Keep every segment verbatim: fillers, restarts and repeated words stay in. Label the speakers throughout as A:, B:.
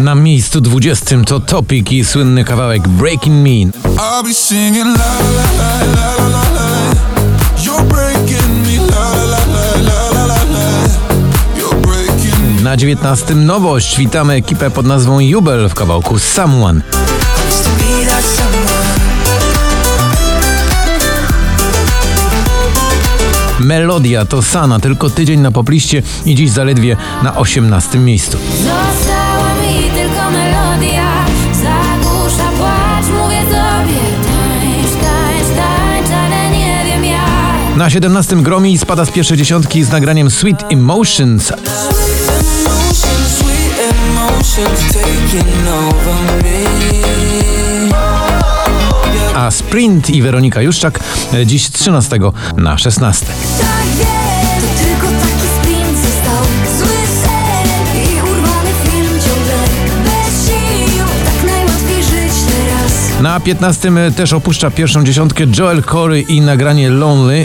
A: Na miejscu dwudziestym to Topic i słynny kawałek Breaking Me. Na dziewiętnastym nowość. Witamy ekipę pod nazwą Jubel w kawałku Someone. Melodia to Sana, tylko tydzień na popliście i dziś zaledwie na osiemnastym miejscu.
B: Została mi tylko melodia, zagłusza płacz, mówię tobie, tańcz, tańcz, tańcz, ale nie wiem jak.
A: Na siedemnastym Gromi spada z pierwszej dziesiątki z nagraniem Sweet Emotions. A Sprint i Weronika Juszczak dziś z trzynastego na szesnaste.
B: Tak wiem, to tylko taki sprint został, zły sen i urwany film ciągle bez sił, tak najłatwiej żyć teraz.
A: Na piętnastym też opuszcza pierwszą dziesiątkę Joel Corey i nagranie Lonely.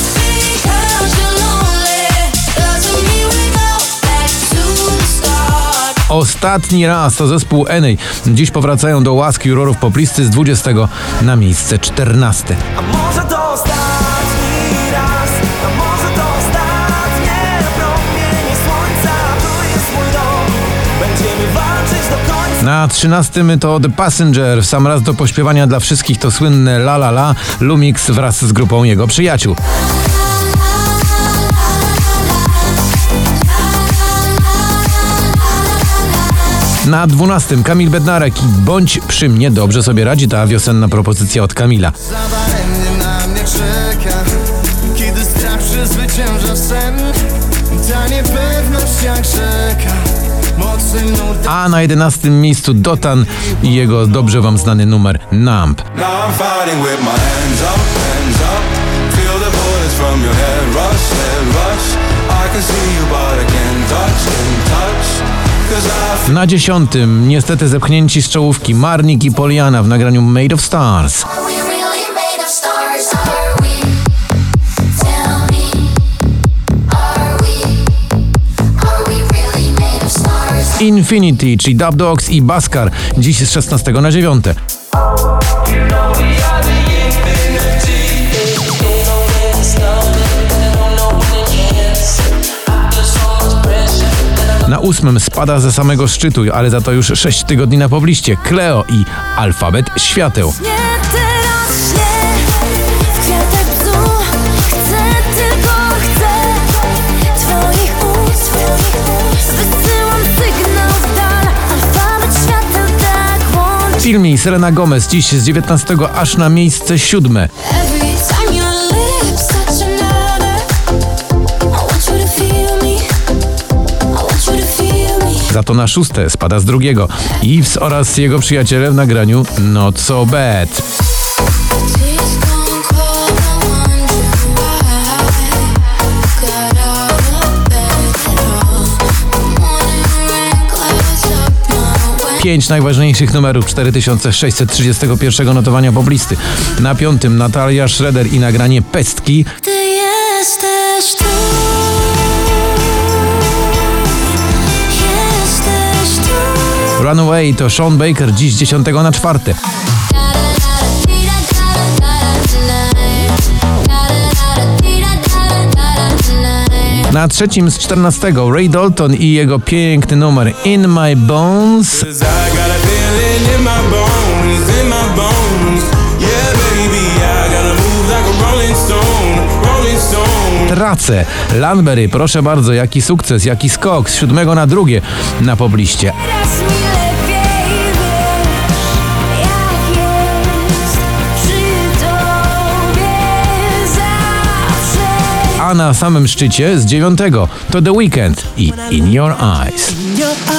A: Ostatni raz to zespół N A. Dziś powracają do łaski jurorów poplisty z dwudziestego na miejsce czternaste.
C: A może to ostatni raz, a może to ostatnie promienie słońca, tu jest mój dom, będziemy walczyć do końca.
A: Na trzynastym to The Passenger. W sam raz do pośpiewania dla wszystkich to słynne La La La. Lumix wraz z grupą jego przyjaciół. Na dwunastym Kamil Bednarek i Bądź przy mnie. Dobrze sobie radzi ta wiosenna propozycja od Kamila.
D: Zabaremnie na mnie czeka, kiedy strach przezwycięża sen, ta niepewność jak rzeka, mocny nurt.
A: A na jedenastym miejscu Dotan i jego dobrze wam znany numer Numb. Na dziesiątym niestety zepchnięci z czołówki Marnik i Poliana w nagraniu Made of Stars. Infinity, czyli Dub Dogs i Baskar dziś z szesnastego na dziewiąte. Na ósmym spada ze samego szczytu, ale za to już sześć tygodni na pobliście. Cleo i Alfabet Świateł.
B: Nie teraz nie, w kwiatek bzu, chcę tylko chcę twoich ust, wysyłam sygnał w dal, alfabet świateł tak łączy.
A: Filmi Selena Gomez dziś z dziewiętnastego aż na miejsce siódme.
B: Every time your lips touch another, I want you to feel me, I want you to feel me.
A: Za to na szóste spada z drugiego. Yves oraz jego przyjaciele w nagraniu Not So Bad. Pięć najważniejszych numerów cztery tysiące sześćset trzydziestego pierwszego notowania poblisty. Na piątym Natalia Schroeder i nagranie Pestki.
B: Ty jesteś tu, jesteś tu.
A: Runaway to Sean Baker dziś z dziesiątego na czwarte. Na trzecim z czternastego Ray Dalton i jego piękny numer In My Bones. Tracę. Lanbery, proszę bardzo, jaki sukces, jaki skok z siódmego na drugie na pobliście.
B: Teraz mi lepiej wiesz, jak jest przy tobie zawsze.
A: A na samym szczycie z dziewiątego to The Weeknd i In Your Eyes.